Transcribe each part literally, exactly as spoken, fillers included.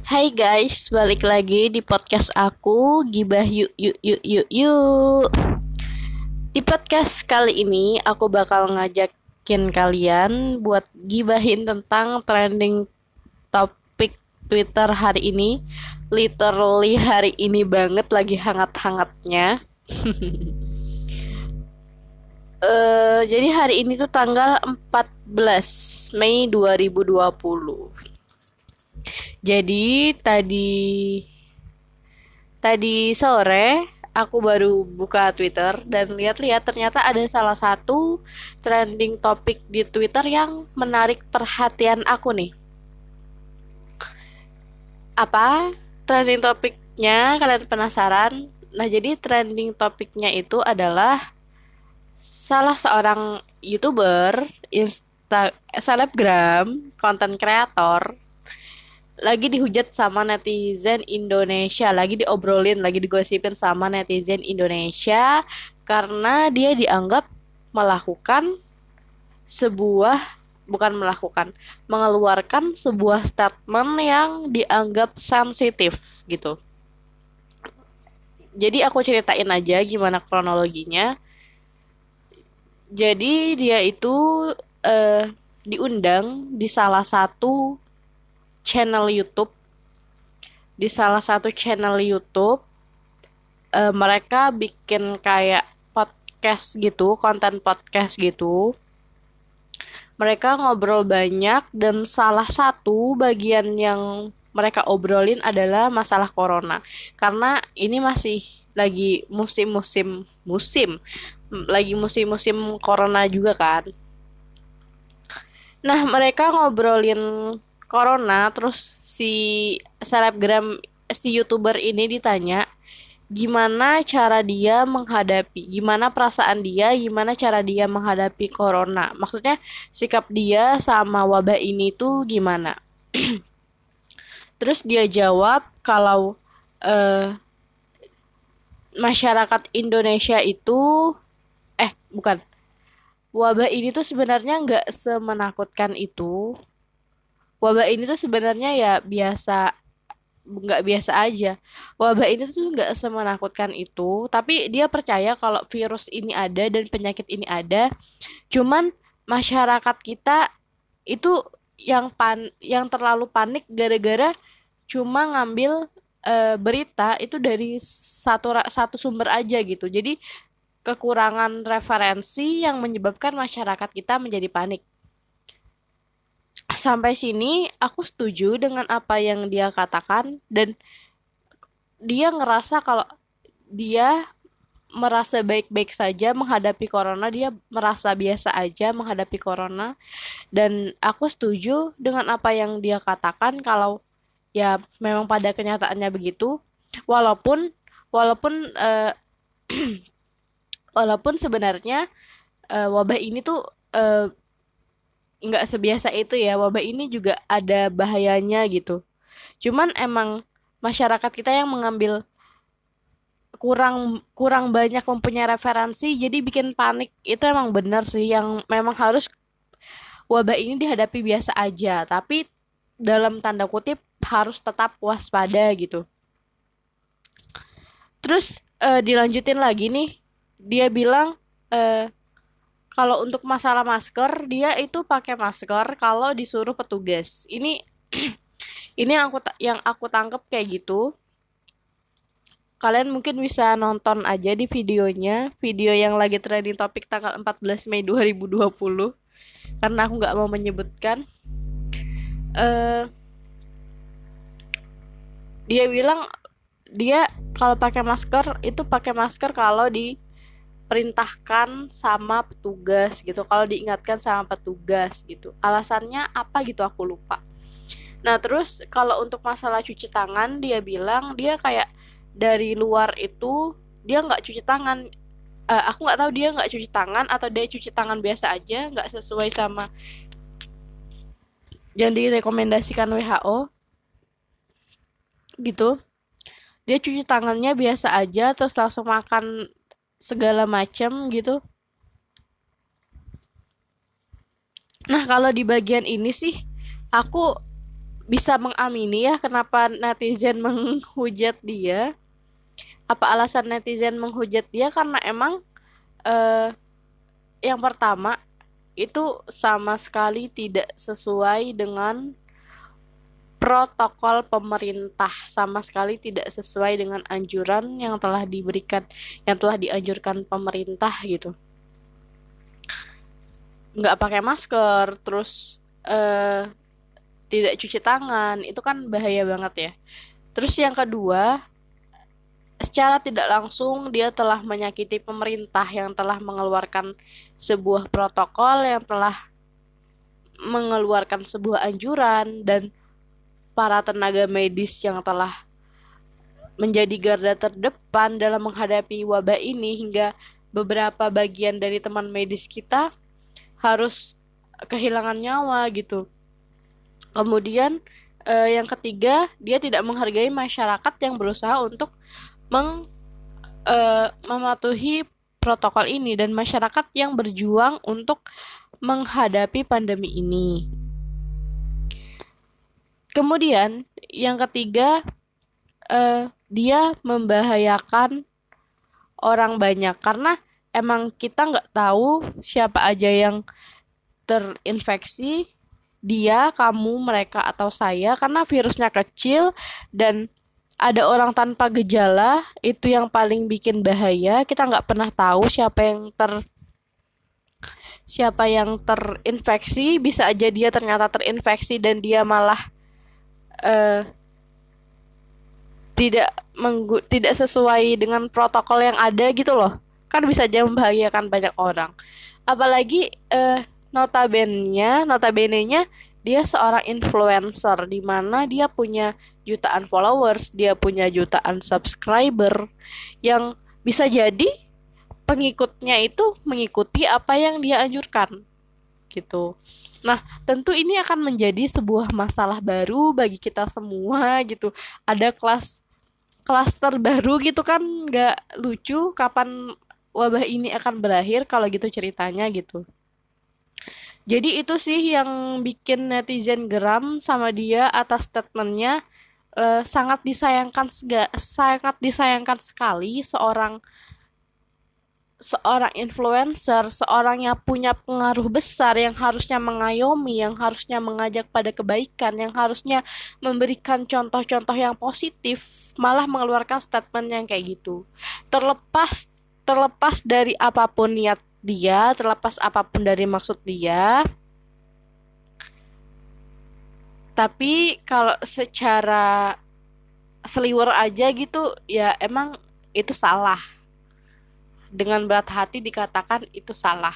Hai guys, balik lagi di podcast aku Gibah yuk yuk yuk yuk yuk. Di podcast kali ini aku bakal ngajakin kalian buat gibahin tentang trending topik Twitter hari ini. Literally hari ini banget lagi hangat-hangatnya. Eh, jadi hari ini tuh tanggal empat belas Mei dua ribu dua puluh. Jadi tadi Tadi sore aku baru buka Twitter dan lihat-lihat ternyata ada salah satu trending topik di Twitter yang menarik perhatian aku nih. Apa trending topiknya? Kalian penasaran? Nah, jadi trending topiknya itu adalah salah seorang YouTuber, Insta, selebgram, konten kreator lagi dihujat sama netizen Indonesia, lagi diobrolin, lagi digosipin sama netizen Indonesia karena dia dianggap melakukan sebuah bukan melakukan, mengeluarkan sebuah statement yang dianggap sensitif gitu. Jadi aku ceritain aja gimana kronologinya. Jadi dia itu eh, diundang di salah satu channel YouTube, di salah satu channel YouTube eh, mereka bikin kayak podcast gitu, konten podcast gitu. Mereka ngobrol banyak dan salah satu bagian yang mereka obrolin adalah masalah corona. Karena ini masih lagi musim-musim musim, lagi musim-musim corona juga kan. Nah, mereka ngobrolin corona, terus si selebgram, si YouTuber ini ditanya gimana cara dia menghadapi, gimana perasaan dia, gimana cara dia menghadapi corona. Maksudnya sikap dia sama wabah ini tuh gimana. Terus dia jawab kalau eh, masyarakat Indonesia itu, eh bukan, wabah ini tuh sebenarnya nggak semenakutkan itu. Wabah ini tuh sebenarnya ya biasa, nggak biasa aja. Wabah ini tuh nggak semenakutkan itu, tapi dia percaya kalau virus ini ada dan penyakit ini ada. Cuman masyarakat kita itu yang pan yang terlalu panik gara-gara cuma ngambil eh, berita itu dari satu ra- satu sumber aja gitu. Jadi kekurangan referensi yang menyebabkan masyarakat kita menjadi panik. Sampai sini aku setuju dengan apa yang dia katakan dan dia ngerasa kalau dia merasa baik-baik saja menghadapi corona, dia merasa biasa aja menghadapi corona dan aku setuju dengan apa yang dia katakan kalau ya memang pada kenyataannya begitu. Walaupun walaupun eh, walaupun sebenarnya eh, wabah ini tuh eh, nggak sebiasa itu ya, wabah ini juga ada bahayanya gitu. Cuman emang masyarakat kita yang mengambil kurang kurang banyak mempunyai referensi jadi bikin panik. Itu emang benar sih, yang memang harus wabah ini dihadapi biasa aja, tapi dalam tanda kutip harus tetap waspada gitu. Terus eh, dilanjutin lagi nih, dia bilang eh, kalau untuk masalah masker dia itu pakai masker kalau disuruh petugas. Ini ini yang aku ta- yang aku tangkep kayak gitu. Kalian mungkin bisa nonton aja di videonya, video yang lagi trending topik tanggal empat belas Mei dua ribu dua puluh, karena aku nggak mau menyebutkan. Eh, dia bilang dia kalau pakai masker itu pakai masker kalau diperintahkan sama petugas gitu, kalau diingatkan sama petugas gitu. Alasannya apa gitu aku lupa. Nah, terus kalau untuk masalah cuci tangan, dia bilang dia kayak dari luar itu dia nggak cuci tangan. Eh, aku nggak tahu dia nggak cuci tangan atau dia cuci tangan biasa aja, nggak sesuai sama yang direkomendasikan W H O gitu. Dia cuci tangannya biasa aja, terus langsung makan segala macam gitu. Nah, kalau di bagian ini sih aku bisa mengamini ya kenapa netizen menghujat dia. Apa alasan netizen menghujat dia? Karena emang eh, yang pertama itu sama sekali tidak sesuai dengan protokol pemerintah, sama sekali tidak sesuai dengan anjuran yang telah diberikan, yang telah dianjurkan pemerintah gitu. Nggak pakai masker, terus eh, tidak cuci tangan, itu kan bahaya banget ya. Terus yang kedua, secara tidak langsung dia telah menyakiti pemerintah yang telah mengeluarkan sebuah protokol, yang telah mengeluarkan sebuah anjuran, dan para tenaga medis yang telah menjadi garda terdepan dalam menghadapi wabah ini, hingga beberapa bagian dari teman medis kita harus kehilangan nyawa gitu. Kemudian eh, yang ketiga, dia tidak menghargai masyarakat yang berusaha untuk meng, eh, mematuhi protokol ini, dan masyarakat yang berjuang untuk menghadapi pandemi ini. Kemudian yang ketiga, eh, dia membahayakan orang banyak karena emang kita nggak tahu siapa aja yang terinfeksi, dia, kamu, mereka, atau saya, karena virusnya kecil dan ada orang tanpa gejala, itu yang paling bikin bahaya. Kita nggak pernah tahu siapa yang ter siapa yang terinfeksi, bisa aja dia ternyata terinfeksi dan dia malah eh, tidak menggu tidak sesuai dengan protokol yang ada gitu loh. Kan bisa aja membahayakan banyak orang. Apalagi eh, notabene-nya, notabene-nya dia seorang influencer di mana dia punya jutaan followers, dia punya jutaan subscriber yang bisa jadi pengikutnya itu mengikuti apa yang dia anjurkan gitu. Nah, tentu ini akan menjadi sebuah masalah baru bagi kita semua gitu. Ada kelas klaster baru gitu kan, nggak lucu kapan wabah ini akan berakhir kalau gitu ceritanya gitu. Jadi itu sih yang bikin netizen geram sama dia atas statementnya. Eh, sangat disayangkan sega- sangat disayangkan sekali seorang seorang influencer, seorang yang punya pengaruh besar, yang harusnya mengayomi, yang harusnya mengajak pada kebaikan, yang harusnya memberikan contoh-contoh yang positif, malah mengeluarkan statement yang kayak gitu. Terlepas terlepas dari apapun niat dia, terlepas apapun dari maksud dia, tapi kalau secara seliwer aja gitu, ya emang itu salah. Dengan berat hati dikatakan itu salah.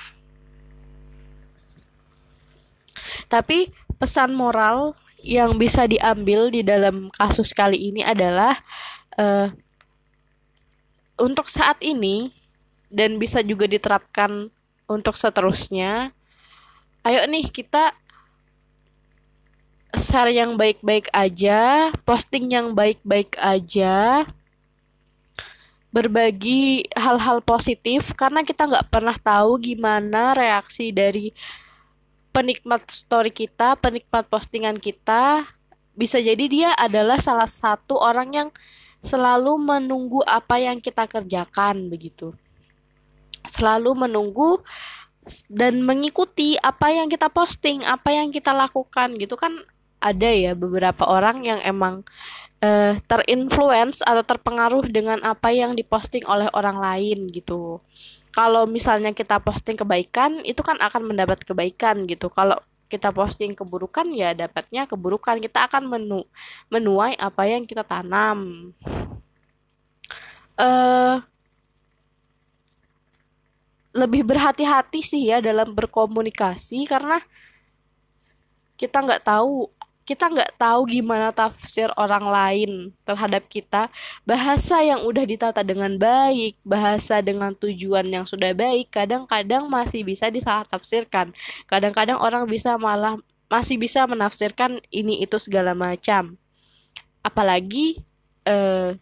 Tapi pesan moral yang bisa diambil di dalam kasus kali ini adalah uh, untuk saat ini, dan bisa juga diterapkan untuk seterusnya. Ayo nih kita share yang baik-baik aja, posting yang baik-baik aja, berbagi hal-hal positif, karena kita nggak pernah tahu gimana reaksi dari penikmat story kita, penikmat postingan kita. Bisa jadi dia adalah salah satu orang yang selalu menunggu apa yang kita kerjakan begitu. Selalu menunggu dan mengikuti apa yang kita posting, apa yang kita lakukan gitu kan. Ada ya beberapa orang yang emang eh, terinfluence atau terpengaruh dengan apa yang diposting oleh orang lain gitu. Kalau misalnya kita posting kebaikan, itu kan akan mendapat kebaikan gitu. Kalau kita posting keburukan, ya dapatnya keburukan. Kita akan menu menuai apa yang kita tanam. Eh lebih berhati-hati sih ya dalam berkomunikasi, karena kita nggak tahu kita nggak tahu gimana tafsir orang lain terhadap kita. Bahasa yang udah ditata dengan baik, bahasa dengan tujuan yang sudah baik, kadang-kadang masih bisa disalah tafsirkan. Kadang-kadang orang bisa malah masih bisa menafsirkan ini itu segala macam. Apalagi eh,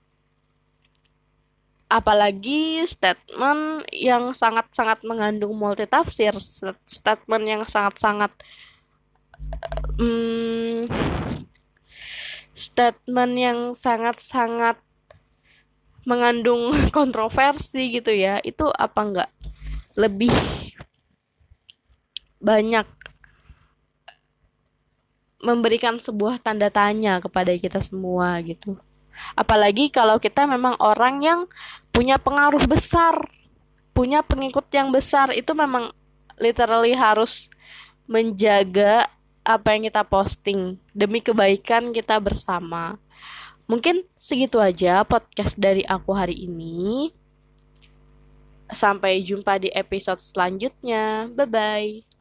apalagi statement yang sangat-sangat mengandung multitafsir, statement yang sangat-sangat hmm, statement yang sangat-sangat mengandung kontroversi gitu ya, itu apa enggak lebih banyak memberikan sebuah tanda tanya kepada kita semua gitu. Apalagi kalau kita memang orang yang punya pengaruh besar, punya pengikut yang besar, itu memang literally harus menjaga apa yang kita posting demi kebaikan kita bersama. Mungkin segitu aja podcast dari aku hari ini. Sampai jumpa di episode selanjutnya. Bye bye.